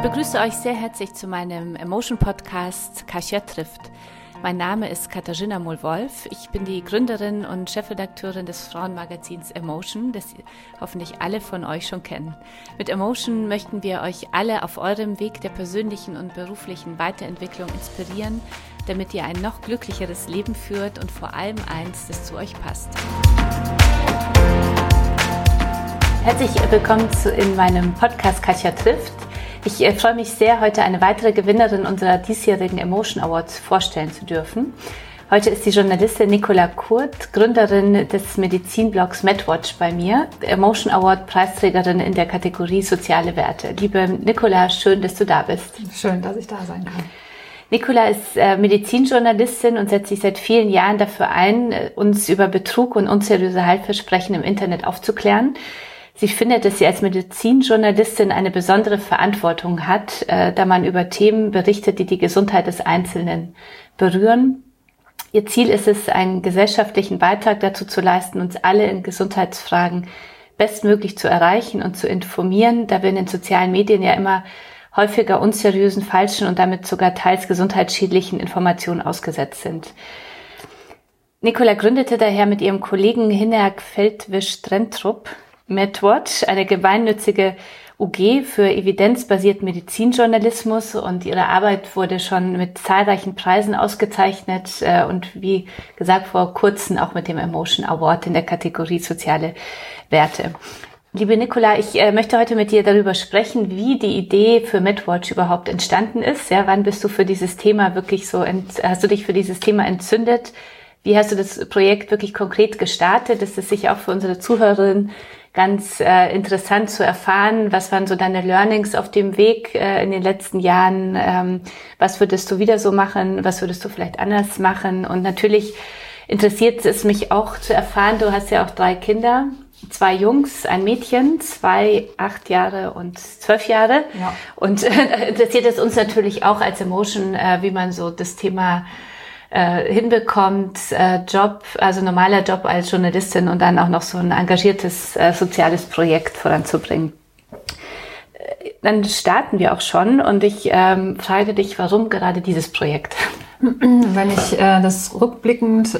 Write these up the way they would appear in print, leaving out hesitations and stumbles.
begrüße euch sehr herzlich zu meinem Emotion-Podcast Kasia trifft. Mein Name ist Katharzyna Mohl-Wolf. Ich bin die Gründerin und Chefredakteurin des Frauenmagazins Emotion, das hoffentlich alle von euch schon kennen. Mit Emotion möchten wir euch alle auf eurem Weg der persönlichen und beruflichen Weiterentwicklung inspirieren, damit ihr ein noch glücklicheres Leben führt und vor allem eins, das zu euch passt. Herzlich willkommen in meinem Podcast Kasia trifft. Ich freue mich sehr, heute eine weitere Gewinnerin unserer diesjährigen Emotion Awards vorstellen zu dürfen. Heute ist die Journalistin Nicola Kurt, Gründerin des Medizinblogs MedWatch bei mir, Emotion Award Preisträgerin in der Kategorie Soziale Werte. Liebe Nicola, schön, dass du da bist. Schön, dass ich da sein kann. Nicola ist Medizinjournalistin und setzt sich seit vielen Jahren dafür ein, uns über Betrug und unseriöse Heilversprechen im Internet aufzuklären. Sie findet, dass sie als Medizinjournalistin eine besondere Verantwortung hat, da man über Themen berichtet, die die Gesundheit des Einzelnen berühren. Ihr Ziel ist es, einen gesellschaftlichen Beitrag dazu zu leisten, uns alle in Gesundheitsfragen bestmöglich zu erreichen und zu informieren, da wir in den sozialen Medien ja immer häufiger unseriösen, falschen und damit sogar teils gesundheitsschädlichen Informationen ausgesetzt sind. Nicola gründete daher mit ihrem Kollegen Hineag Feldwisch-Trentrup MedWatch, eine gemeinnützige UG für evidenzbasierten Medizinjournalismus, und ihre Arbeit wurde schon mit zahlreichen Preisen ausgezeichnet und wie gesagt vor kurzem auch mit dem Emotion Award in der Kategorie Soziale Werte. Liebe Nicola, ich möchte heute mit dir darüber sprechen, wie die Idee für MedWatch überhaupt entstanden ist. Ja, wann bist du für dieses Thema wirklich hast du dich für dieses Thema entzündet? Wie hast du das Projekt wirklich konkret gestartet? Das ist sicher auch für unsere Zuhörerinnen ganz interessant zu erfahren. Was waren so deine Learnings auf dem Weg in den letzten Jahren? Was würdest du wieder so machen? Was würdest du vielleicht anders machen? Und natürlich interessiert es mich auch zu erfahren, du hast ja auch 3 Kinder, 2 Jungs, ein Mädchen, 2, 8 Jahre und 12 Jahre. Ja. Und interessiert es uns natürlich auch als Emotion, wie man so das Thema hinbekommt, Job, also normaler Job als Journalistin und dann auch noch so ein engagiertes soziales Projekt voranzubringen. Dann starten wir auch schon und ich frage dich, warum gerade dieses Projekt? Wenn ich das rückblickend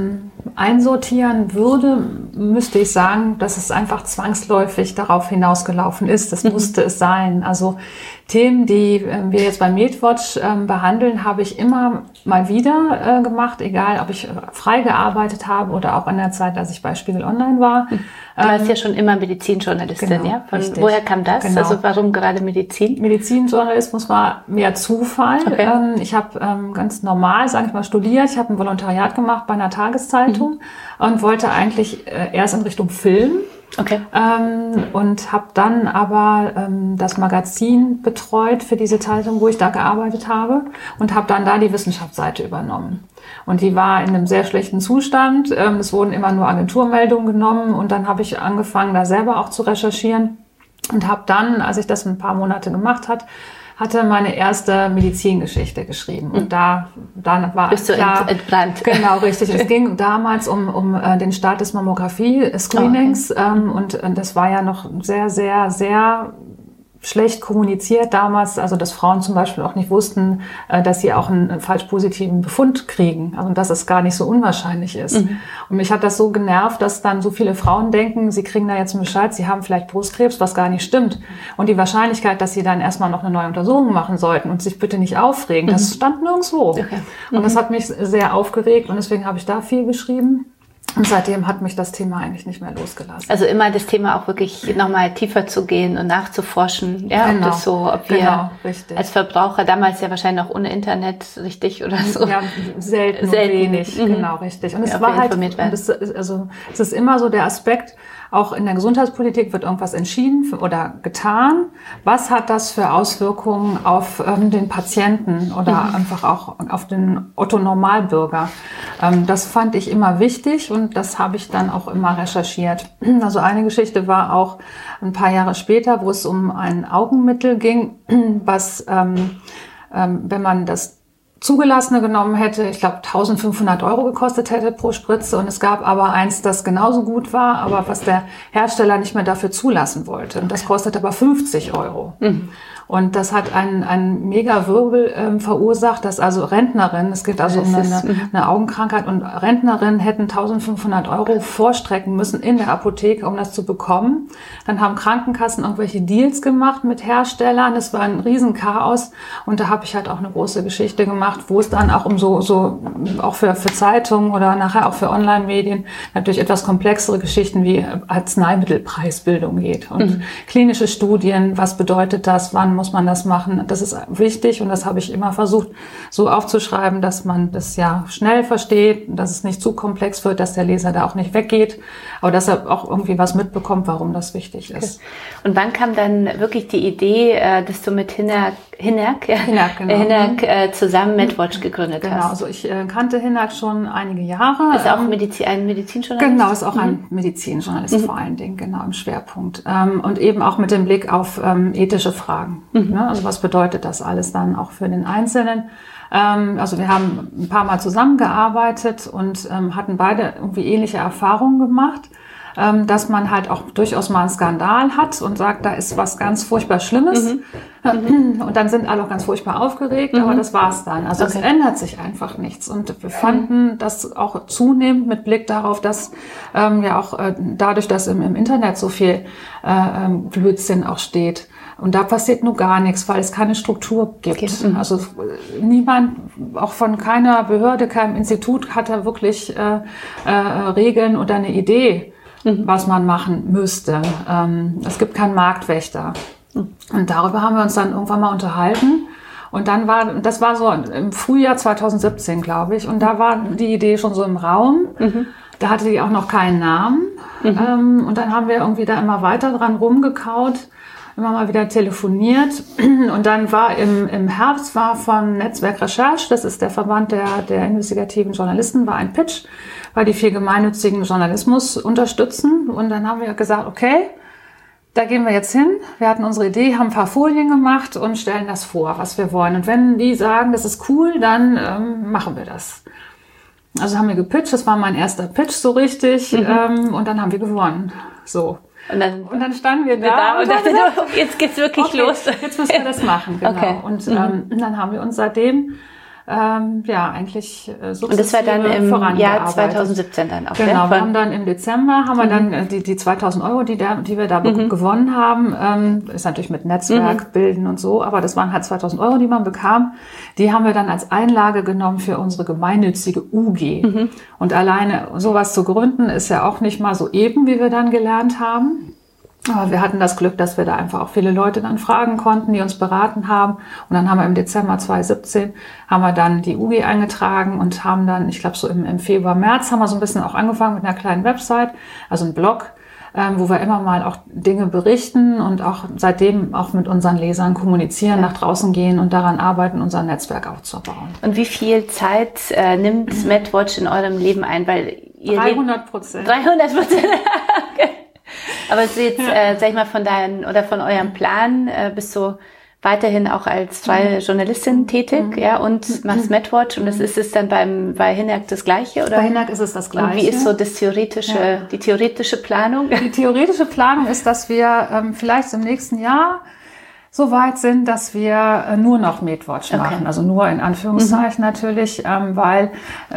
einsortieren würde, müsste ich sagen, dass es einfach zwangsläufig darauf hinausgelaufen ist. Das musste es sein. Also Themen, die wir jetzt bei MedWatch behandeln, habe ich immer mal wieder gemacht, egal ob ich frei gearbeitet habe oder auch in der Zeit, als ich bei Spiegel Online war. Du warst ja schon immer Medizinjournalistin, genau, ja? Woher kam das? Genau. Also warum gerade Medizin? Medizinjournalismus war mehr Zufall. Okay. Ich habe ganz normal, sage ich mal, studiert. Ich habe ein Volontariat gemacht bei einer Tageszeitung und wollte eigentlich erst in Richtung Film. Okay. Und habe dann aber das Magazin betreut für diese Zeitung, wo ich da gearbeitet habe, und habe dann da die Wissenschaftsseite übernommen. Und die war in einem sehr schlechten Zustand. Es wurden immer nur Agenturmeldungen genommen, und dann habe ich angefangen, da selber auch zu recherchieren und habe dann, als ich das ein paar Monate gemacht hatte meine erste Medizingeschichte geschrieben. Und dann war bist du klar, entbrannt. Genau, richtig. Es ging damals um den Start des Mammographie-Screenings. Und das war ja noch sehr, sehr, sehr schlecht kommuniziert damals, also dass Frauen zum Beispiel auch nicht wussten, dass sie auch einen falsch positiven Befund kriegen, also dass es gar nicht so unwahrscheinlich ist. Und mich hat das so genervt, dass dann so viele Frauen denken, sie kriegen da jetzt einen Bescheid, sie haben vielleicht Brustkrebs, was gar nicht stimmt. Und die Wahrscheinlichkeit, dass sie dann erstmal noch eine neue Untersuchung machen sollten und sich bitte nicht aufregen, das stand nirgendwo. Okay. Und das hat mich sehr aufgeregt, und deswegen habe ich da viel geschrieben. Und seitdem hat mich das Thema eigentlich nicht mehr losgelassen. Also immer das Thema auch wirklich nochmal tiefer zu gehen und nachzuforschen. Ja, genau, ob wir als Verbraucher, damals ja wahrscheinlich noch ohne Internet, richtig, oder so. Ja, selten. Wenig, genau, richtig. Und es war halt, es ist immer so der Aspekt, auch in der Gesundheitspolitik wird irgendwas entschieden oder getan. Was hat das für Auswirkungen auf den Patienten oder einfach auch auf den Otto-Normalbürger? Das fand ich immer wichtig, und das habe ich dann auch immer recherchiert. Also eine Geschichte war auch ein paar Jahre später, wo es um ein Augenmittel ging, was, wenn man das Zugelassene genommen hätte, ich glaube 1.500 € gekostet hätte pro Spritze, und es gab aber eins, das genauso gut war, aber was der Hersteller nicht mehr dafür zulassen wollte. Und das kostet aber 50 €. Und das hat einen mega Wirbel verursacht, dass also Rentnerinnen, es geht also um eine Augenkrankheit, und Rentnerinnen hätten 1.500 € vorstrecken müssen in der Apotheke, um das zu bekommen. Dann haben Krankenkassen irgendwelche Deals gemacht mit Herstellern. Es war ein Riesenchaos. Und da habe ich halt auch eine große Geschichte gemacht, wo es dann auch um so auch für Zeitungen oder nachher auch für Online-Medien natürlich etwas komplexere Geschichten wie Arzneimittelpreisbildung geht. Und klinische Studien, was bedeutet das, wann muss man das machen? Das ist wichtig, und das habe ich immer versucht so aufzuschreiben, dass man das ja schnell versteht, dass es nicht zu komplex wird, dass der Leser da auch nicht weggeht, aber dass er auch irgendwie was mitbekommt, warum das wichtig ist. Und wann kam dann wirklich die Idee, dass du mit Hinak zusammen MedWatch gegründet hast? Genau, also ich kannte Hinak schon einige Jahre. Ist auch ein Medizinjournalist? Genau, ist auch ein Medizinjournalist vor allen Dingen, genau, im Schwerpunkt. Und eben auch mit dem Blick auf ethische Fragen. Ne? Also was bedeutet das alles dann auch für den Einzelnen? Also wir haben ein paar Mal zusammengearbeitet und hatten beide irgendwie ähnliche Erfahrungen gemacht, dass man halt auch durchaus mal einen Skandal hat und sagt, da ist was ganz furchtbar Schlimmes. Und dann sind alle auch ganz furchtbar aufgeregt, aber das war's dann. Also es ändert sich einfach nichts. Und wir fanden das auch zunehmend mit Blick darauf, dass ja auch dadurch, dass im Internet so viel Blödsinn auch steht. Und da passiert nur gar nichts, weil es keine Struktur gibt. Also niemand, auch von keiner Behörde, keinem Institut, hat da wirklich Regeln oder eine Idee, was man machen müsste. Es gibt keinen Marktwächter. Und darüber haben wir uns dann irgendwann mal unterhalten. Und dann das war so im Frühjahr 2017, glaube ich. Und da war die Idee schon so im Raum. Da hatte die auch noch keinen Namen. Und dann haben wir irgendwie da immer weiter dran rumgekaut, immer mal wieder telefoniert. Und dann war im Herbst war von Netzwerk Recherche, das ist der Verband der investigativen Journalisten, war ein Pitch, weil die viel gemeinnützigen Journalismus unterstützen. Und dann haben wir gesagt, okay, da gehen wir jetzt hin. Wir hatten unsere Idee, haben ein paar Folien gemacht und stellen das vor, was wir wollen. Und wenn die sagen, das ist cool, dann machen wir das. Also haben wir gepitcht, das war mein erster Pitch so richtig. Und dann haben wir gewonnen. So. Und dann standen wir da und dachten, jetzt geht's wirklich los. Jetzt müssen wir das machen, genau. Okay. Und dann haben wir uns seitdem eigentlich sukzessive und das war dann im Jahr 2017 dann auch. Genau, wir haben dann im Dezember dann die 2.000 €, die wir da gewonnen haben, ist natürlich mit Netzwerk bilden und so, aber das waren halt 2.000 €, die man bekam. Die haben wir dann als Einlage genommen für unsere gemeinnützige UG. Und alleine sowas zu gründen ist ja auch nicht mal so eben, wie wir dann gelernt haben. Aber wir hatten das Glück, dass wir da einfach auch viele Leute dann fragen konnten, die uns beraten haben. Und dann haben wir im Dezember 2017 haben wir dann die UG eingetragen und haben dann, ich glaube so im Februar, März haben wir so ein bisschen auch angefangen mit einer kleinen Website, also ein Blog, wo wir immer mal auch Dinge berichten und auch seitdem auch mit unseren Lesern kommunizieren, nach draußen gehen und daran arbeiten, unser Netzwerk aufzubauen. Und wie viel Zeit nimmt MedWatch in eurem Leben ein? Weil ihr 300%. 300%? Okay. Aber es ist jetzt, sag ich mal, von eurem Plan bist du weiterhin auch als freie Journalistin tätig, und machst MedWatch, und das ist es dann bei Hinak das Gleiche, oder? Bei Hinak ist es das Gleiche. Und wie ist so die theoretische Planung? Die theoretische Planung ist, dass wir vielleicht im nächsten Jahr so weit sind, dass wir nur noch MedWatch machen, also nur in Anführungszeichen natürlich, weil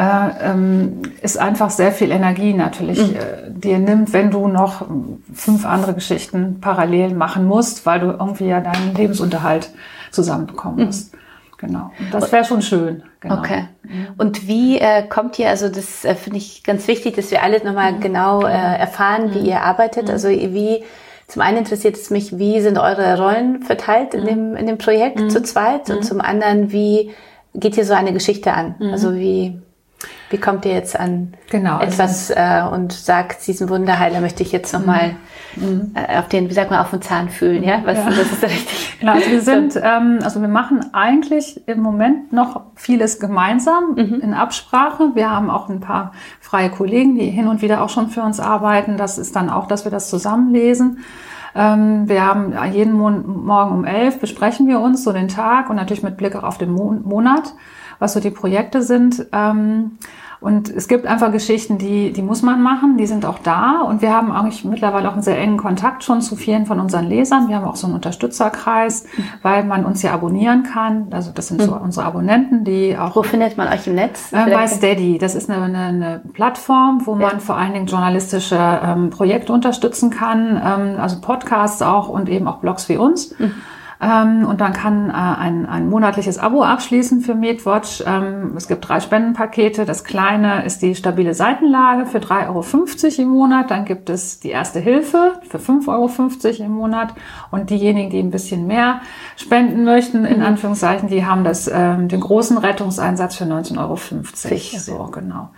es einfach sehr viel Energie natürlich dir nimmt, wenn du noch 5 andere Geschichten parallel machen musst, weil du irgendwie ja deinen Lebensunterhalt zusammenbekommen musst. Genau. Und das wäre schon schön. Genau. Okay. Und wie kommt ihr, also das finde ich ganz wichtig, dass wir alle nochmal genau erfahren, wie ihr arbeitet, also wie. Zum einen interessiert es mich, wie sind eure Rollen verteilt in dem Projekt zu zweit, und zum anderen, wie geht ihr so eine Geschichte an? Also wie kommt ihr jetzt an etwas und sagt, diesen Wunderheiler möchte ich jetzt nochmal auf den Zahn fühlen, ja? Was ist da richtig? Genau, also wir sind, wir machen eigentlich im Moment noch vieles gemeinsam in Absprache. Wir haben auch ein paar freie Kollegen, die hin und wieder auch schon für uns arbeiten. Das ist dann auch, dass wir das zusammenlesen. Wir haben jeden Morgen um 11 besprechen wir uns so den Tag und natürlich mit Blick auch auf den Monat, was so die Projekte sind. Und es gibt einfach Geschichten, die muss man machen, die sind auch da. Und wir haben eigentlich mittlerweile auch einen sehr engen Kontakt schon zu vielen von unseren Lesern. Wir haben auch so einen Unterstützerkreis, weil man uns ja abonnieren kann. Also das sind so unsere Abonnenten, die auch... Wo findet man euch im Netz? Bei Steady. Das ist eine Plattform, wo man vor allen Dingen journalistische Projekte unterstützen kann. Also Podcasts auch und eben auch Blogs wie uns. Und man kann ein monatliches Abo abschließen für MedWatch. Es gibt 3 Spendenpakete. Das kleine ist die stabile Seitenlage für 3,50 € im Monat. Dann gibt es die erste Hilfe für 5,50 € im Monat. Und diejenigen, die ein bisschen mehr spenden möchten, in Anführungszeichen, die haben den großen Rettungseinsatz für 19,50 €. So, genau.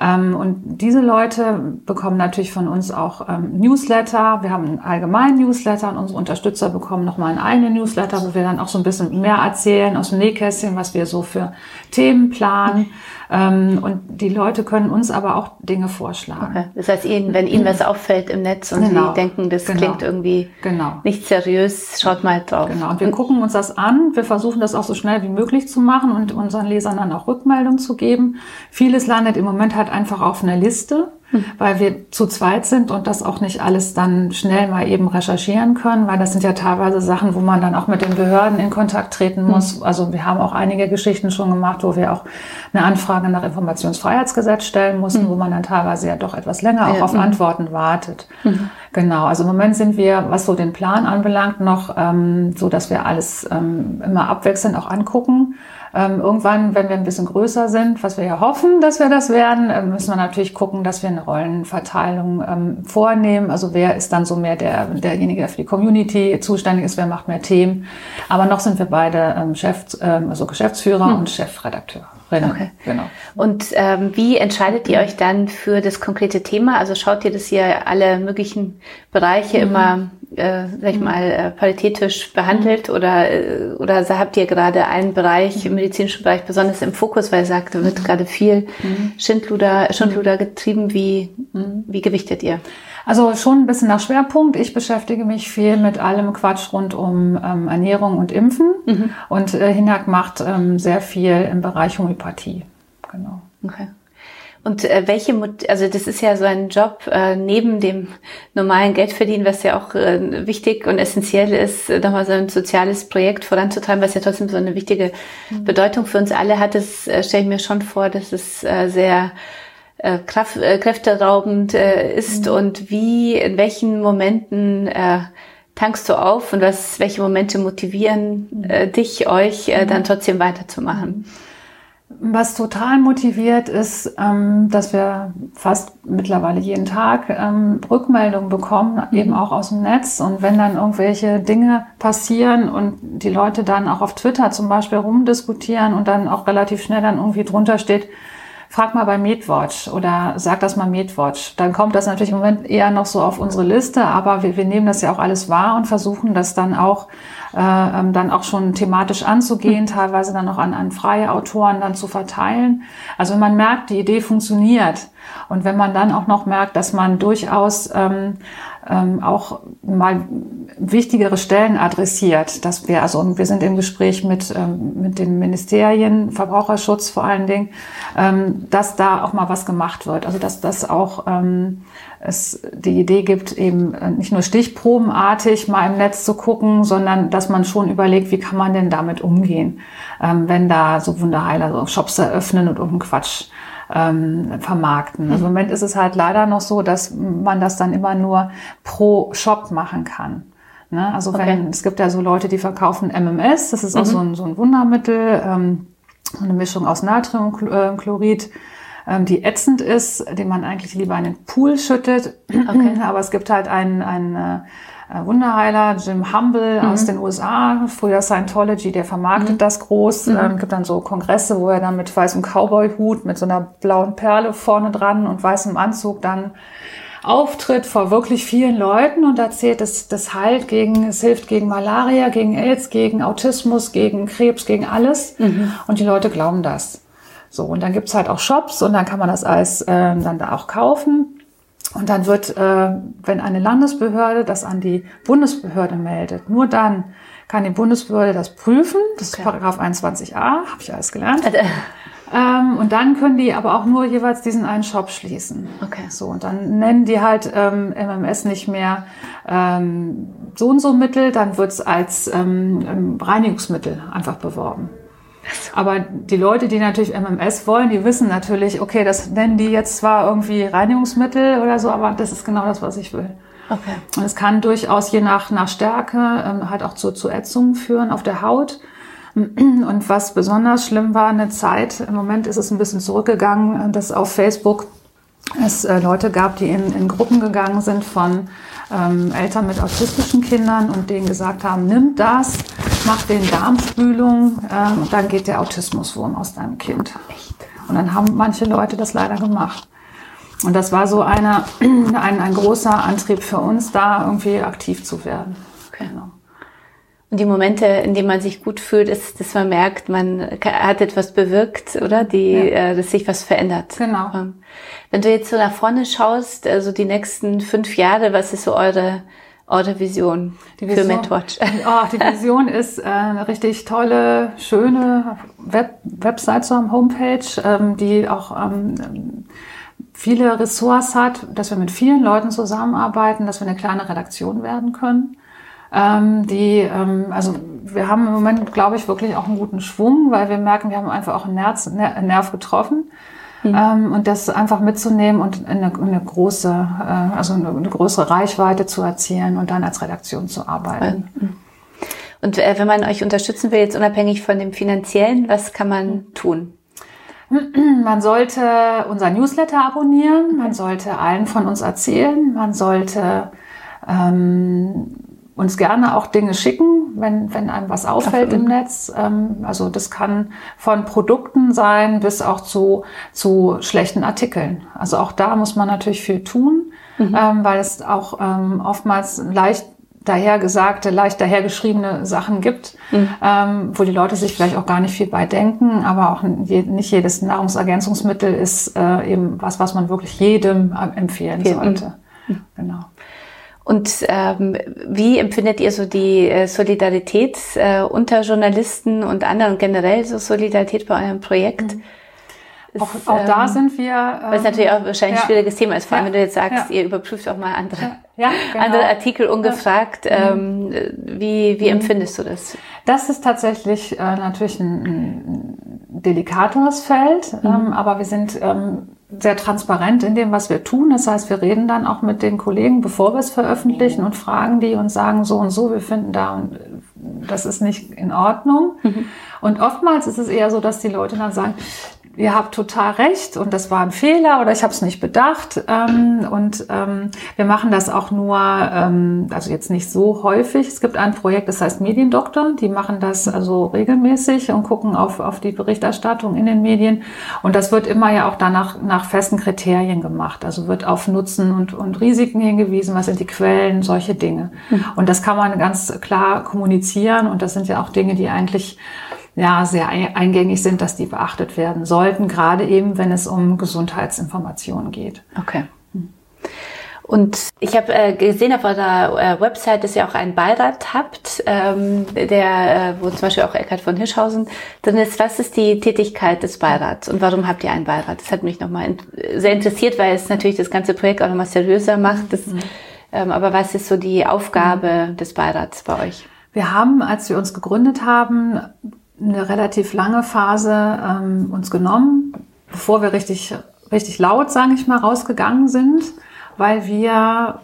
Und diese Leute bekommen natürlich von uns auch Newsletter. Wir haben einen allgemeinen Newsletter und unsere Unterstützer bekommen nochmal einen eigenen Newsletter, wo wir dann auch so ein bisschen mehr erzählen aus dem Nähkästchen, was wir so für Themen planen. Und die Leute können uns aber auch Dinge vorschlagen. Okay. Das heißt, wenn Ihnen was auffällt im Netz und Sie denken, das klingt irgendwie nicht seriös, schaut mal drauf. Genau, und wir gucken uns das an. Wir versuchen das auch so schnell wie möglich zu machen und unseren Lesern dann auch Rückmeldung zu geben. Vieles landet im Moment halt einfach auf einer Liste, weil wir zu zweit sind und das auch nicht alles dann schnell mal eben recherchieren können, weil das sind ja teilweise Sachen, wo man dann auch mit den Behörden in Kontakt treten muss. Also wir haben auch einige Geschichten schon gemacht, wo wir auch eine Anfrage nach Informationsfreiheitsgesetz stellen mussten, wo man dann teilweise ja doch etwas länger auch auf Antworten wartet. Genau, also im Moment sind wir, was so den Plan anbelangt, noch so, dass wir alles immer abwechselnd auch angucken. Irgendwann, wenn wir ein bisschen größer sind, was wir ja hoffen, dass wir das werden, müssen wir natürlich gucken, dass wir eine Rollenverteilung vornehmen. Also wer ist dann so mehr derjenige, der für die Community zuständig ist, wer macht mehr Themen. Aber noch sind wir beide Geschäftsführer und Chefredakteurinnen. Okay. Genau. Und wie entscheidet ihr euch dann für das konkrete Thema? Also schaut ihr, dass ihr alle möglichen Bereiche immer, paritätisch behandelt oder habt ihr gerade einen Bereich, im medizinischen Bereich besonders im Fokus, weil ihr sagt, da wird gerade viel Schindluder getrieben. Wie gewichtet ihr? Also schon ein bisschen nach Schwerpunkt. Ich beschäftige mich viel mit allem Quatsch rund um Ernährung und Impfen. Und Hinak macht sehr viel im Bereich Homöopathie. Genau. Okay. Und also das ist ja so ein Job neben dem normalen Geldverdienen, was ja auch wichtig und essentiell ist, nochmal so ein soziales Projekt voranzutreiben, was ja trotzdem so eine wichtige Bedeutung für uns alle hat. Das stelle ich mir schon vor, dass es sehr kräfteraubend ist und in welchen Momenten tankst du auf und welche Momente motivieren euch dann trotzdem weiterzumachen? Was total motiviert ist, dass wir fast mittlerweile jeden Tag Rückmeldungen bekommen, eben auch aus dem Netz. Und wenn dann irgendwelche Dinge passieren und die Leute dann auch auf Twitter zum Beispiel rumdiskutieren und dann auch relativ schnell dann irgendwie drunter steht, frag mal bei MedWatch oder sag das mal MedWatch. Dann kommt das natürlich im Moment eher noch so auf unsere Liste, aber wir nehmen das ja auch alles wahr und versuchen das dann auch schon thematisch anzugehen, teilweise dann noch an freie Autoren dann zu verteilen. Also wenn man merkt, die Idee funktioniert und wenn man dann auch noch merkt, dass man durchaus auch mal wichtigere Stellen adressiert, wir sind im Gespräch mit den Ministerien, Verbraucherschutz vor allen Dingen, dass da auch mal was gemacht wird. Also dass das auch es die Idee gibt, eben nicht nur stichprobenartig mal im Netz zu gucken, sondern dass man schon überlegt, wie kann man denn damit umgehen, wenn da so Wunderheiler so Shops eröffnen und irgendeinen Quatsch vermarkten. Also im Moment ist es halt leider noch so, dass man das dann immer nur pro Shop machen kann. Ne? Also es gibt ja so Leute, die verkaufen MMS, das ist auch so ein Wundermittel, eine Mischung aus Natriumchlorid, die ätzend ist, den man eigentlich lieber in den Pool schüttet. Aber es gibt halt einen Wunderheiler, Jim Humble aus den USA, früher Scientology, der vermarktet das groß. Gibt dann so Kongresse, wo er dann mit weißem Cowboy-Hut, mit so einer blauen Perle vorne dran und weißem Anzug dann auftritt vor wirklich vielen Leuten und erzählt, es hilft gegen Malaria, gegen AIDS, gegen Autismus, gegen Krebs, gegen alles. Und die Leute glauben das. So, und dann gibt's halt auch Shops und dann kann man das alles dann da auch kaufen. Und dann wird, wenn eine Landesbehörde das an die Bundesbehörde meldet, nur dann kann die Bundesbehörde das prüfen. Das ist Paragraph 21a, habe ich alles gelernt. Und dann können die aber auch nur jeweils diesen einen Shop schließen. Okay. So, und dann nennen die halt MMS nicht mehr so und so Mittel, dann wird es als Reinigungsmittel einfach beworben. Aber die Leute, die natürlich MMS wollen, die wissen natürlich, okay, das nennen die jetzt zwar irgendwie Reinigungsmittel oder so, aber das ist genau das, was ich will. Okay. Und es kann durchaus je nach Stärke halt auch zu Ätzungen führen auf der Haut. Und was besonders schlimm war, eine Zeit, im Moment ist es ein bisschen zurückgegangen, dass auf Facebook es Leute gab, die in Gruppen gegangen sind von Eltern mit autistischen Kindern und denen gesagt haben, nimm das, mach den Darmspülung, dann geht der Autismuswurm aus deinem Kind. Echt? Und dann haben manche Leute das leider gemacht. Und das war so ein großer Antrieb für uns, da irgendwie aktiv zu werden. Okay. Genau. Und die Momente, in denen man sich gut fühlt, ist, dass man merkt, man hat etwas bewirkt, oder? Dass sich was verändert. Genau. Wenn du jetzt so nach vorne schaust, also die nächsten 5 Jahre, was ist so eure Vision für MedWatch? Die Vision ist eine richtig tolle, schöne Website, so eine Homepage, die auch viele Ressorts hat, dass wir mit vielen Leuten zusammenarbeiten, dass wir eine kleine Redaktion werden können. Also wir haben im Moment, glaube ich, wirklich auch einen guten Schwung, weil wir merken, wir haben einfach auch einen Nerv getroffen. Und das einfach mitzunehmen und eine größere Reichweite zu erzielen und dann als Redaktion zu arbeiten. Und wenn man euch unterstützen will, jetzt unabhängig von dem Finanziellen, was kann man tun? Man sollte unser Newsletter abonnieren, man sollte allen von uns erzählen, man sollte uns gerne auch Dinge schicken, wenn einem was auffällt im Netz. Also das kann von Produkten sein bis auch zu schlechten Artikeln. Also auch da muss man natürlich viel tun, weil es auch oftmals leicht dahergeschriebene Sachen gibt, wo die Leute sich vielleicht auch gar nicht viel bei denken, aber auch nicht jedes Nahrungsergänzungsmittel ist eben was man wirklich jedem empfehlen sollte. Genau. Und wie empfindet ihr so die Solidarität unter Journalisten und anderen, generell so Solidarität bei eurem Projekt? Auch da sind wir... weil es natürlich auch wahrscheinlich ein schwieriges Thema ist, vor allem wenn du jetzt sagst, ihr überprüft auch mal andere Artikel ungefragt. Wie empfindest du das? Das ist tatsächlich natürlich ein delikateres Feld, aber wir sind sehr transparent in dem, was wir tun. Das heißt, wir reden dann auch mit den Kollegen, bevor wir es veröffentlichen und fragen die und sagen so und so, wir finden das ist nicht in Ordnung. Und oftmals ist es eher so, dass die Leute dann sagen, ihr habt total recht und das war ein Fehler oder ich habe es nicht bedacht. Wir machen das auch nur, also jetzt nicht so häufig. Es gibt ein Projekt, das heißt Mediendoktor. Die machen das also regelmäßig und gucken auf die Berichterstattung in den Medien. Und das wird immer ja auch danach nach festen Kriterien gemacht. Also wird auf Nutzen und Risiken hingewiesen. Was sind die Quellen? Solche Dinge. Und das kann man ganz klar kommunizieren. Und das sind ja auch Dinge, die eigentlich sehr eingängig sind, dass die beachtet werden sollten, gerade eben, wenn es um Gesundheitsinformationen geht. Okay. Und ich habe gesehen auf eurer Website, dass ihr auch einen Beirat habt, wo zum Beispiel auch Eckhard von Hirschhausen drin ist. Was ist die Tätigkeit des Beirats und warum habt ihr einen Beirat? Das hat mich nochmal sehr interessiert, weil es natürlich das ganze Projekt auch nochmal seriöser macht. Aber was ist so die Aufgabe des Beirats bei euch? Wir haben, als wir uns gegründet haben, eine relativ lange Phase uns genommen, bevor wir richtig laut, sage ich mal, rausgegangen sind, weil wir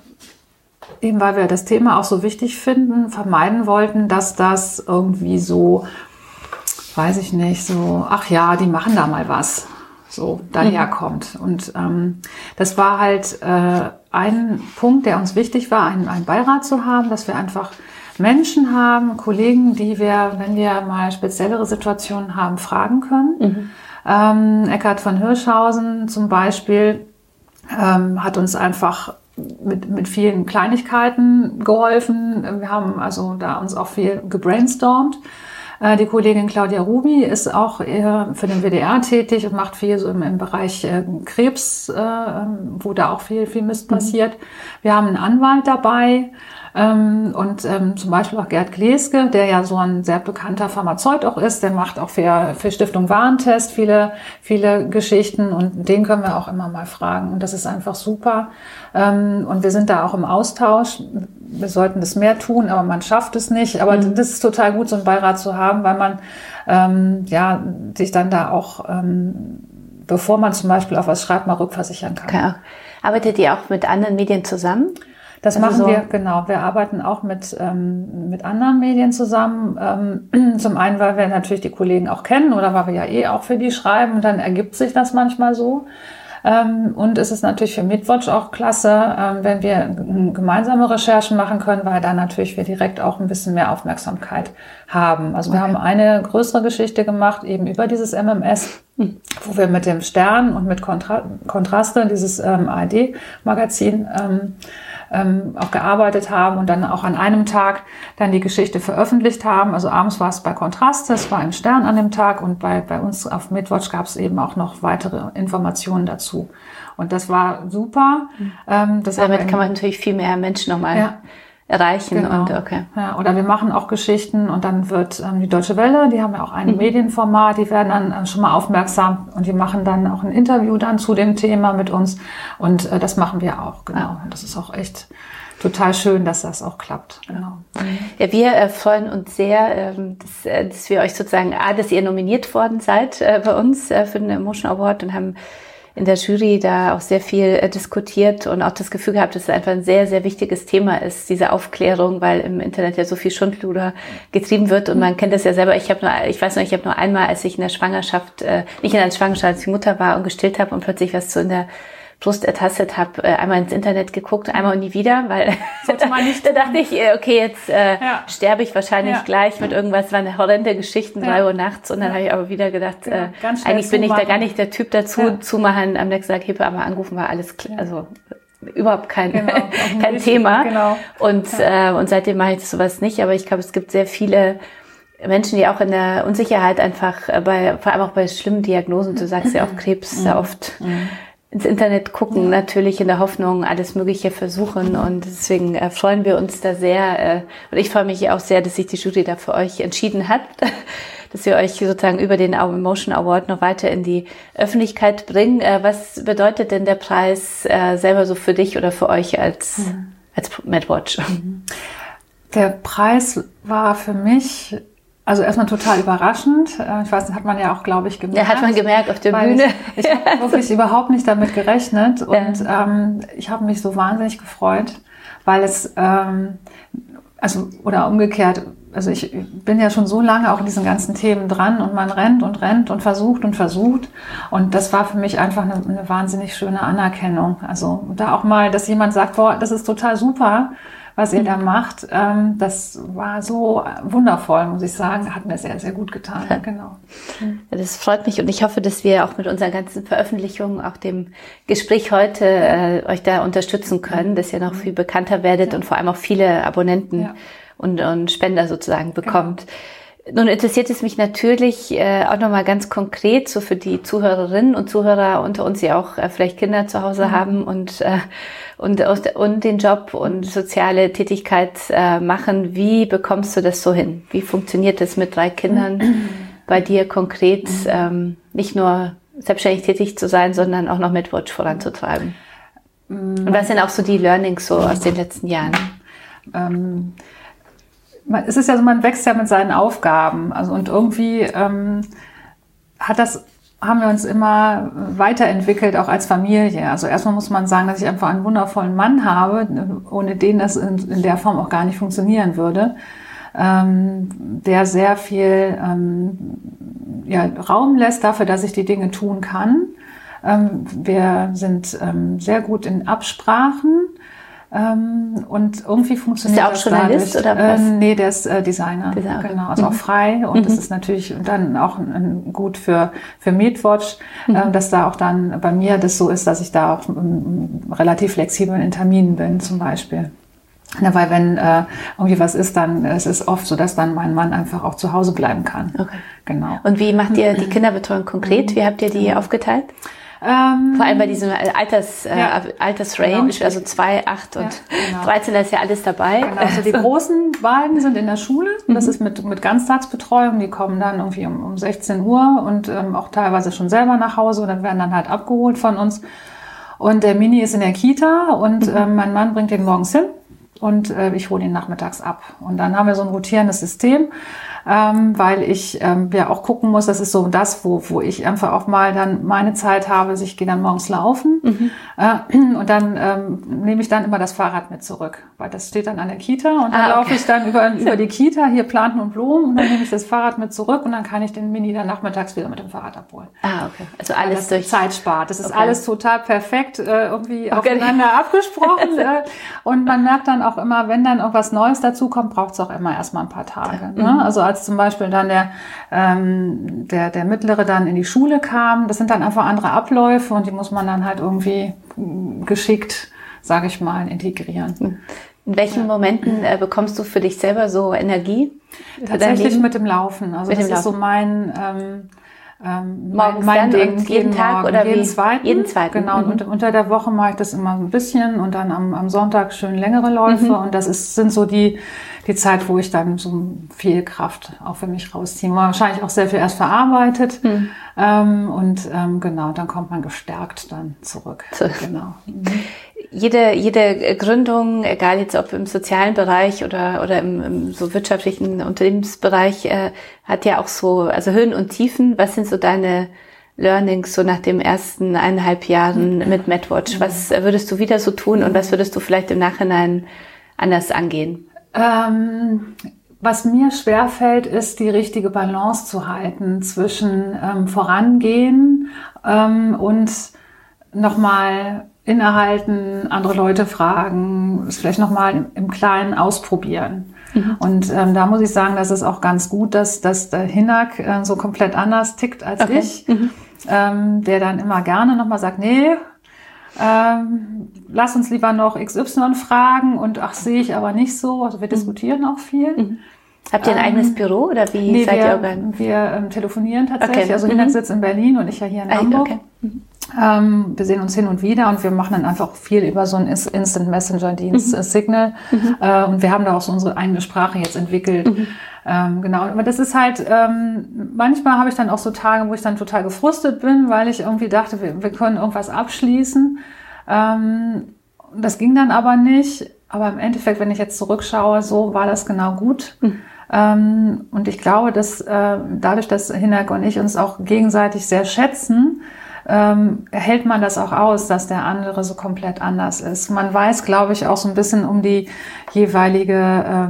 das Thema auch so wichtig finden, vermeiden wollten, dass das irgendwie so, weiß ich nicht, so, ach ja, die machen da mal was, so daherkommt. Und das war halt ein Punkt, der uns wichtig war, einen Beirat zu haben, dass wir einfach Menschen haben, Kollegen, die wir, wenn wir mal speziellere Situationen haben, fragen können. Eckhard von Hirschhausen zum Beispiel hat uns einfach mit vielen Kleinigkeiten geholfen. Wir haben also da uns auch viel gebrainstormt. Die Kollegin Claudia Ruby ist auch für den WDR tätig und macht viel so im Bereich Krebs, wo da auch viel Mist passiert. Wir haben einen Anwalt dabei. Zum Beispiel auch Gerd Gleske, der ja so ein sehr bekannter Pharmazeut auch ist, der macht auch für Stiftung Warentest viele Geschichten und den können wir auch immer mal fragen und das ist einfach super. Und wir sind da auch im Austausch. Wir sollten das mehr tun, aber man schafft es nicht. Aber das ist total gut, so einen Beirat zu haben, weil man sich dann da auch, bevor man zum Beispiel auf was schreibt, mal rückversichern kann. Okay. Arbeitet ihr auch mit anderen Medien zusammen? Das machen wir, genau. Wir arbeiten auch mit anderen Medien zusammen. Zum einen, weil wir natürlich die Kollegen auch kennen oder weil wir ja auch für die schreiben und dann ergibt sich das manchmal so. Und es ist natürlich für Midwatch auch klasse, wenn wir gemeinsame Recherchen machen können, weil dann natürlich wir direkt auch ein bisschen mehr Aufmerksamkeit haben. Also wir haben eine größere Geschichte gemacht, eben über dieses MMS, wo wir mit dem Stern und mit Kontraste, dieses ARD-Magazin, auch gearbeitet haben und dann auch an einem Tag dann die Geschichte veröffentlicht haben. Also abends war es bei Kontraste, es war im Stern an dem Tag und bei uns auf Midwatch gab es eben auch noch weitere Informationen dazu. Und das war super. Damit kann man natürlich viel mehr Menschen nochmal erreichen. Genau. Und okay. Ja, oder wir machen auch Geschichten und dann wird die Deutsche Welle, die haben ja auch ein Medienformat, die werden dann schon mal aufmerksam und die machen dann auch ein Interview dann zu dem Thema mit uns und das machen wir auch, genau. Und das ist auch echt total schön, dass das auch klappt. Genau. Ja, wir freuen uns sehr, dass wir euch sozusagen, dass ihr nominiert worden seid bei uns für den Emotion Award und haben in der Jury da auch sehr viel diskutiert und auch das Gefühl gehabt, dass es einfach ein sehr, sehr wichtiges Thema ist, diese Aufklärung, weil im Internet ja so viel Schundluder getrieben wird und man kennt das ja selber. Ich habe nur einmal, als ich in der Schwangerschaft, nicht in der Schwangerschaft, als ich Mutter war und gestillt habe und plötzlich was so in der Brust ertastet habe, einmal ins Internet geguckt, einmal und nie wieder, weil da dachte ich, okay, jetzt sterbe ich wahrscheinlich gleich mit irgendwas, war eine horrende Geschichten, 3 Uhr nachts und dann habe ich aber wieder gedacht, eigentlich bin ich da gar nicht der Typ dazu, zumachen, am nächsten Tag Hebamme angerufen, war alles klar, also überhaupt kein Thema. Genau. Und seitdem mache ich sowas nicht, aber ich glaube, es gibt sehr viele Menschen, die auch in der Unsicherheit einfach, vor allem auch bei schlimmen Diagnosen, du sagst ja auch Krebs, oft ins Internet gucken, natürlich in der Hoffnung, alles Mögliche versuchen und deswegen freuen wir uns da sehr und ich freue mich auch sehr, dass sich die Jury da für euch entschieden hat, dass wir euch sozusagen über den Emotion Award noch weiter in die Öffentlichkeit bringen. Was bedeutet denn der Preis selber so für dich oder für euch als Midwatch? Der Preis war für mich also erstmal total überraschend. Ich weiß, hat man ja auch, glaube ich, gemerkt. Ja, hat man gemerkt auf der Bühne. Ich habe wirklich überhaupt nicht damit gerechnet und ich habe mich so wahnsinnig gefreut, weil es, oder umgekehrt, also ich bin ja schon so lange auch in diesen ganzen Themen dran und man rennt und versucht und das war für mich einfach eine wahnsinnig schöne Anerkennung. Also da auch mal, dass jemand sagt, boah, das ist total super, was ihr da macht, das war so wundervoll, muss ich sagen. Hat mir sehr, sehr gut getan. Ja. Genau. Ja, das freut mich und ich hoffe, dass wir auch mit unseren ganzen Veröffentlichungen, auch dem Gespräch heute, euch da unterstützen können, dass ihr noch viel bekannter werdet und vor allem auch viele Abonnenten und Spender sozusagen bekommt. Genau. Nun interessiert es mich natürlich auch nochmal ganz konkret, so für die Zuhörerinnen und Zuhörer unter uns, die auch vielleicht Kinder zu Hause haben und den Job und soziale Tätigkeit machen. Wie bekommst du das so hin? Wie funktioniert das mit 3 Kindern bei dir konkret, nicht nur selbstständig tätig zu sein, sondern auch noch Midwatch voranzutreiben? Und was sind auch so die Learnings so aus den letzten Jahren? Es ist ja so, man wächst ja mit seinen Aufgaben. Also und irgendwie haben wir uns immer weiterentwickelt, auch als Familie. Also erstmal muss man sagen, dass ich einfach einen wundervollen Mann habe, ohne den das in der Form auch gar nicht funktionieren würde, der sehr viel Raum lässt dafür, dass ich die Dinge tun kann. Wir sind sehr gut in Absprachen. Und irgendwie funktioniert das. Ist der auch Journalist oder was? Nee, der ist Designer. Genau, also auch frei. Und das ist natürlich dann auch gut für Midwatch, dass da auch dann bei mir das so ist, dass ich da auch relativ flexibel in Terminen bin zum Beispiel. Na, weil wenn irgendwie was ist, dann es ist oft so, dass dann mein Mann einfach auch zu Hause bleiben kann. Okay. Genau. Und wie macht ihr die Kinderbetreuung konkret? Wie habt ihr die aufgeteilt? Vor allem bei diesem Altersrange, genau, also 2, 8 und 13, da ist ja alles dabei. Genau, also die großen beiden sind in der Schule, das ist mit Ganztagsbetreuung, die kommen dann irgendwie um 16 Uhr und auch teilweise schon selber nach Hause und dann werden dann halt abgeholt von uns. Und der Mini ist in der Kita und mein Mann bringt den morgens hin und ich hole ihn nachmittags ab. Und dann haben wir so ein rotierendes System, weil ich ja auch gucken muss, das ist so das, wo ich einfach auch mal dann meine Zeit habe. Ich gehe dann morgens laufen und dann nehme ich dann immer das Fahrrad mit zurück, weil das steht dann an der Kita und dann laufe ich dann über die Kita, hier Planten und Blumen und dann nehme ich das Fahrrad mit zurück und dann kann ich den Mini dann nachmittags wieder mit dem Fahrrad abholen. Okay. Also alles durch Zeit spart. Das ist alles total perfekt irgendwie aufeinander abgesprochen und man merkt dann auch immer, wenn dann irgendwas Neues dazu kommt, braucht es auch immer erstmal ein paar Tage. Ne? Also als zum Beispiel dann der Mittlere dann in die Schule kam, das sind dann einfach andere Abläufe und die muss man dann halt irgendwie geschickt, sage ich mal, integrieren. In welchen Momenten bekommst du für dich selber so Energie? Tatsächlich mit dem Laufen. Also das ist so mein Ding. Jeden Tag Morgen, oder jeden zweiten? Jeden zweiten. Genau, und unter der Woche mache ich das immer ein bisschen und dann am Sonntag schön längere Läufe und das sind so die Zeit, wo ich dann so viel Kraft auch für mich rausziehe. Wahrscheinlich auch sehr viel erst verarbeitet und genau, dann kommt man gestärkt dann zurück. Genau. Jede Gründung, egal jetzt ob im sozialen Bereich oder im so wirtschaftlichen Unternehmensbereich, hat ja auch so, also Höhen und Tiefen. Was sind so deine Learnings so nach den ersten 1,5 Jahren mit MedWatch? Was würdest du wieder so tun und was würdest du vielleicht im Nachhinein anders angehen? Was mir schwerfällt, ist die richtige Balance zu halten zwischen Vorangehen und nochmal innehalten, andere Leute fragen, es vielleicht nochmal im Kleinen ausprobieren. Und da muss ich sagen, das ist auch ganz gut, dass der Hinak so komplett anders tickt als ich, der dann immer gerne nochmal sagt, nee, lass uns lieber noch XY fragen und ach, sehe ich aber nicht so. Also wir diskutieren auch viel. Habt ihr ein eigenes Büro oder wie seid ihr organisiert? Wir telefonieren tatsächlich. Also Hinak sitzt in Berlin und ich ja hier in Hamburg. Wir sehen uns hin und wieder und wir machen dann einfach viel über so einen Instant Messenger-Dienst, Signal. Und wir haben da auch so unsere eigene Sprache jetzt entwickelt. Genau, aber das ist halt, manchmal habe ich dann auch so Tage, wo ich dann total gefrustet bin, weil ich irgendwie dachte, wir können irgendwas abschließen. Das ging dann aber nicht. Aber im Endeffekt, wenn ich jetzt zurückschaue, so war das genau gut. Und ich glaube, dass dadurch, dass Hinak und ich uns auch gegenseitig sehr schätzen, hält man das auch aus, dass der andere so komplett anders ist. Man weiß, glaube ich, auch so ein bisschen um die jeweilige,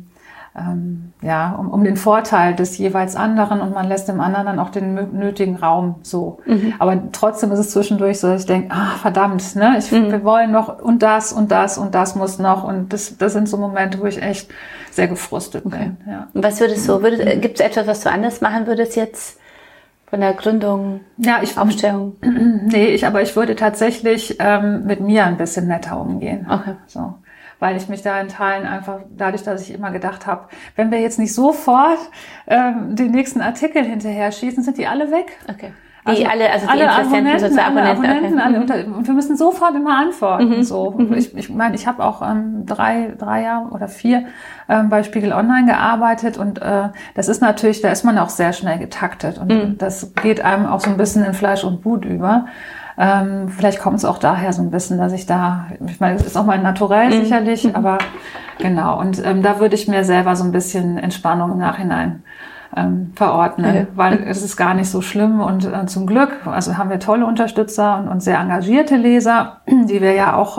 um den Vorteil des jeweils anderen und man lässt dem anderen dann auch den nötigen Raum so. Aber trotzdem ist es zwischendurch so, dass ich denke, verdammt, ne, wir wollen noch und das und das und das muss noch und das sind so Momente, wo ich echt sehr gefrustet bin. Ja. Und was würdest du, gibt es etwas, was du anders machen würdest jetzt? Von der Gründung, Aufstellung? Nee, aber ich würde tatsächlich mit mir ein bisschen netter umgehen. Okay. So. Weil ich mich da in Teilen einfach, dadurch, dass ich immer gedacht habe, wenn wir jetzt nicht sofort den nächsten Artikel hinterher schießen, sind die alle weg. Okay. Die alle Abonnenten, alle und wir müssen sofort immer antworten. So. Ich meine, ich habe auch 3 Jahre oder 4 bei Spiegel Online gearbeitet und das ist natürlich, da ist man auch sehr schnell getaktet und das geht einem auch so ein bisschen in Fleisch und Blut über. Vielleicht kommt es auch daher so ein bisschen, dass ich meine, das ist auch mein Naturell sicherlich, aber genau. Und da würde ich mir selber so ein bisschen Entspannung im Nachhinein verordnen, weil es ist gar nicht so schlimm und zum Glück, also haben wir tolle Unterstützer und sehr engagierte Leser, die wir ja auch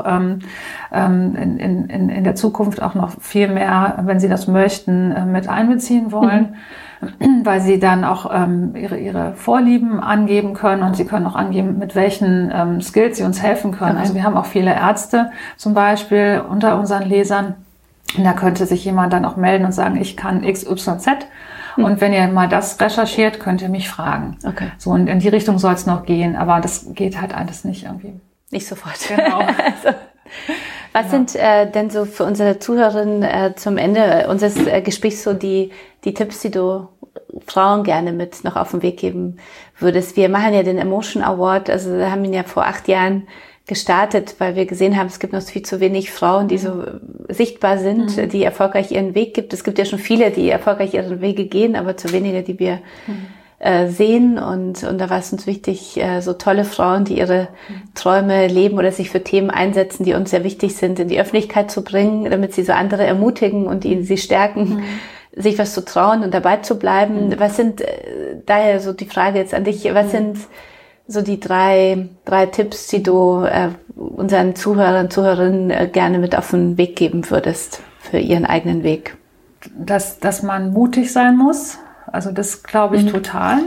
in der Zukunft auch noch viel mehr, wenn sie das möchten, mit einbeziehen wollen, weil sie dann auch ihre Vorlieben angeben können und sie können auch angeben, mit welchen Skills sie uns helfen können. Also wir haben auch viele Ärzte zum Beispiel unter unseren Lesern und da könnte sich jemand dann auch melden und sagen, ich kann XYZ. Und wenn ihr mal das recherchiert, könnt ihr mich fragen. Okay. So, und in die Richtung soll es noch gehen, aber das geht halt alles nicht irgendwie. Nicht sofort. Genau. Was sind denn so für unsere Zuhörerinnen zum Ende unseres Gesprächs so die Tipps, die du Frauen gerne mit noch auf den Weg geben würdest? Wir machen ja den Emotion Award, also wir haben ihn ja vor 8 Jahren gestartet, weil wir gesehen haben, es gibt noch viel zu wenig Frauen, die so sichtbar sind, die erfolgreich ihren Weg gibt. Es gibt ja schon viele, die erfolgreich ihre Wege gehen, aber zu wenige, die wir sehen. Und da war es uns wichtig, so tolle Frauen, die ihre Träume leben oder sich für Themen einsetzen, die uns sehr wichtig sind, in die Öffentlichkeit zu bringen, damit sie so andere ermutigen und sie stärken, sich was zu trauen und dabei zu bleiben. Was sind, daher so die Frage jetzt an dich, was sind so die drei Tipps, die du unseren Zuhörern, Zuhörerinnen gerne mit auf den Weg geben würdest für ihren eigenen Weg? Dass man mutig sein muss, also das glaube ich total.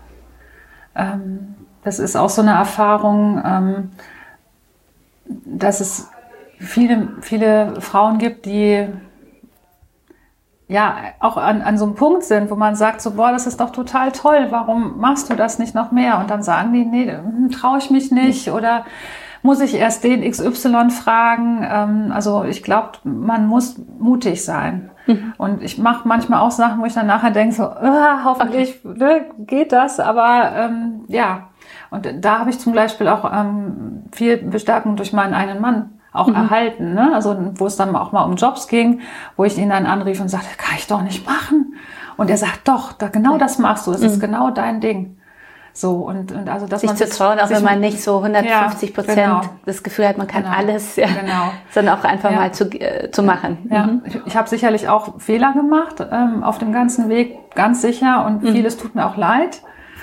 Das ist auch so eine Erfahrung, dass es viele Frauen gibt, die ja auch an so einem Punkt sind, wo man sagt so, boah, das ist doch total toll, warum machst du das nicht noch mehr? Und dann sagen die, nee, traue ich mich nicht oder muss ich erst den XY fragen? Also ich glaube, man muss mutig sein. Und ich mache manchmal auch Sachen, wo ich dann nachher denke, so, hoffentlich geht das, aber ja. Und da habe ich zum Beispiel auch viel Bestärkung durch meinen eigenen Mann auch erhalten, ne? Also wo es dann auch mal um Jobs ging, wo ich ihn dann anrief und sagte, kann ich doch nicht machen. Und er sagt, doch, genau das machst du, das ist genau dein Ding. So, und also, dass sich man zu trauen, auch wenn man nicht so 150% das Gefühl hat, man kann alles, sondern auch einfach mal zu machen. Ja, ich habe sicherlich auch Fehler gemacht auf dem ganzen Weg, ganz sicher, und vieles tut mir auch leid.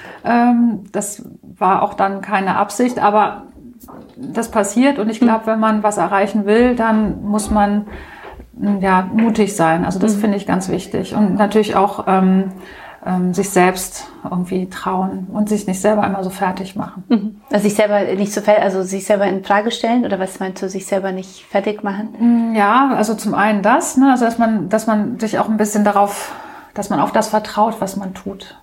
Das war auch dann keine Absicht, aber das passiert, und ich glaube, wenn man was erreichen will, dann muss man mutig sein. Also das finde ich ganz wichtig. Und natürlich auch sich selbst irgendwie trauen und sich nicht selber immer so fertig machen. Also sich selber nicht so sich selber in Frage stellen, oder was meinst du, sich selber nicht fertig machen? Ja, also zum einen das, ne, also dass man sich auch ein bisschen dass man auf das vertraut, was man tut.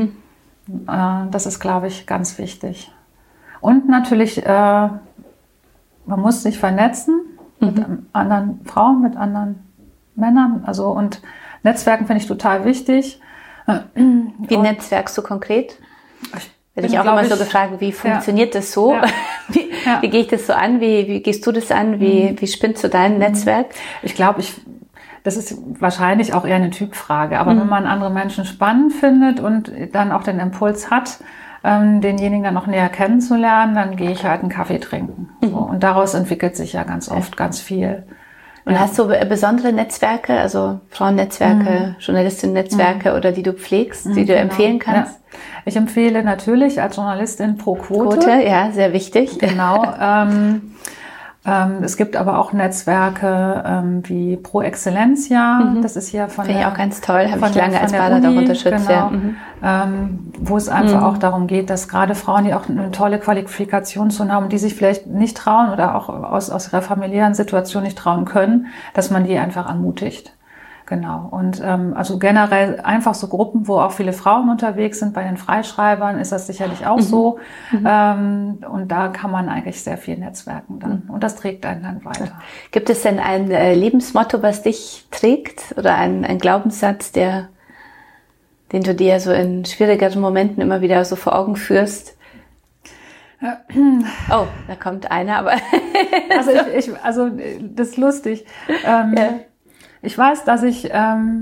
Das ist, glaube ich, ganz wichtig. Und natürlich, man muss sich vernetzen mit anderen Frauen, mit anderen Männern. Also, und Netzwerken finde ich total wichtig. Wie netzwerkst du konkret? Werde ich auch immer so gefragt, wie funktioniert das so? Ja. Wie gehe ich das so an? Wie gehst du das an? Wie spinnst du dein Netzwerk? Ich glaube, das ist wahrscheinlich auch eher eine Typfrage. Aber wenn man andere Menschen spannend findet und dann auch den Impuls hat, denjenigen dann noch näher kennenzulernen, dann gehe ich halt einen Kaffee trinken. So. Und daraus entwickelt sich ja ganz oft ganz viel. Und hast du besondere Netzwerke, also Frauennetzwerke, Journalistinnen-Netzwerke oder die du pflegst, die du empfehlen kannst? Ja. Ich empfehle natürlich als Journalistin Pro Quote. Quote, ja, sehr wichtig. Genau. Es gibt aber auch Netzwerke wie Pro Excellencia. Das ist hier von Finde ich auch ganz toll, habe ich lange als Bader auch unterstützt. Genau. Wo es einfach auch darum geht, dass gerade Frauen, die auch eine tolle Qualifikation zu haben, die sich vielleicht nicht trauen oder auch aus ihrer familiären Situation nicht trauen können, dass man die einfach ermutigt. Genau. Und also generell einfach so Gruppen, wo auch viele Frauen unterwegs sind. Bei den Freischreibern ist das sicherlich auch so. Und da kann man eigentlich sehr viel netzwerken dann. Und das trägt einen dann weiter. Gibt es denn ein Lebensmotto, was dich trägt? Oder ein Glaubenssatz, den du dir so in schwierigeren Momenten immer wieder so vor Augen führst? Oh, da kommt einer, aber... also das ist lustig. Ich weiß, dass ich,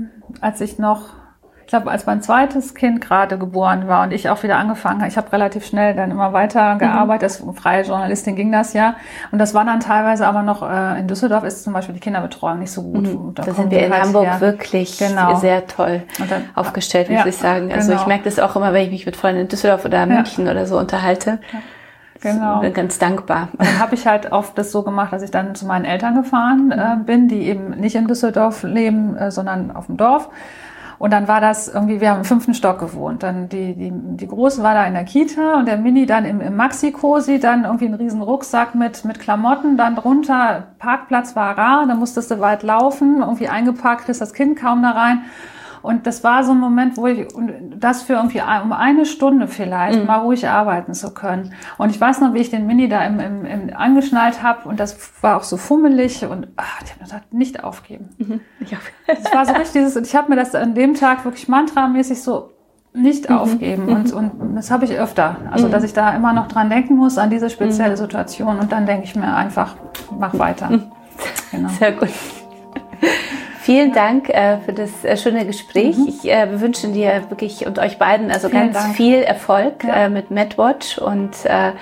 als mein zweites Kind gerade geboren war und ich auch wieder angefangen habe, ich habe relativ schnell dann immer weiter gearbeitet, als freie Journalistin ging das ja. Und das war dann teilweise aber noch, in Düsseldorf ist zum Beispiel die Kinderbetreuung nicht so gut. Da sind wir in Hamburg wirklich sehr toll aufgestellt, muss ich sagen. Also ich merke das auch immer, wenn ich mich mit Freunden in Düsseldorf oder München oder so unterhalte. Ja. Genau. Bin ganz dankbar. Und dann habe ich halt oft das so gemacht, dass ich dann zu meinen Eltern gefahren bin, die eben nicht in Düsseldorf leben, sondern auf dem Dorf. Und dann war das irgendwie, wir haben im 5. Stock gewohnt. Dann die Große war da in der Kita und der Mini dann im Maxi-Cosi, dann irgendwie einen riesen Rucksack mit Klamotten, dann drunter, Parkplatz war rar, dann musstest du weit laufen, irgendwie eingepackt ist das Kind kaum da rein. Und das war so ein Moment, wo ich das für irgendwie um eine Stunde vielleicht mal ruhig arbeiten zu können. Und ich weiß noch, wie ich den Mini da angeschnallt habe, und das war auch so fummelig, und ich habe gesagt, nicht aufgeben. Das war so richtig und ich habe mir das an dem Tag wirklich mantramäßig so nicht aufgeben. Und das habe ich öfter. Also, dass ich da immer noch dran denken muss, an diese spezielle Situation. Und dann denke ich mir einfach, mach weiter. Genau. Sehr gut. Vielen Dank für das schöne Gespräch. Ich wünsche dir wirklich und euch beiden also ganz viel Erfolg mit MedWatch und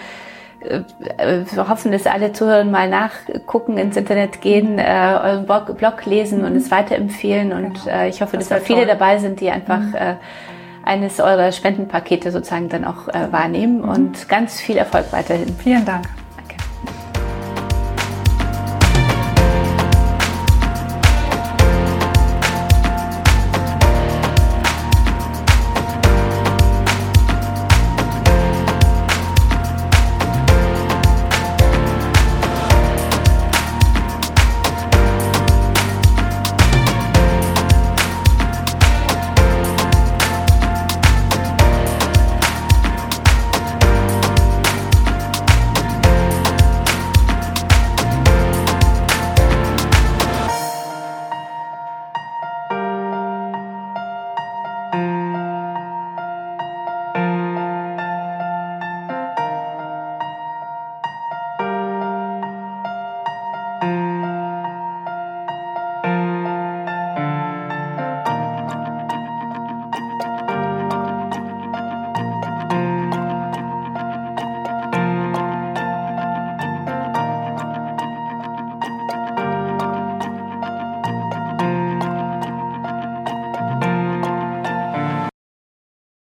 wir hoffen, dass alle Zuhörer mal nachgucken, ins Internet gehen, euren Blog lesen und es weiterempfehlen. Und ich hoffe, dass da viele dabei sind, die einfach eines eurer Spendenpakete sozusagen dann auch wahrnehmen. Und ganz viel Erfolg weiterhin. Vielen Dank.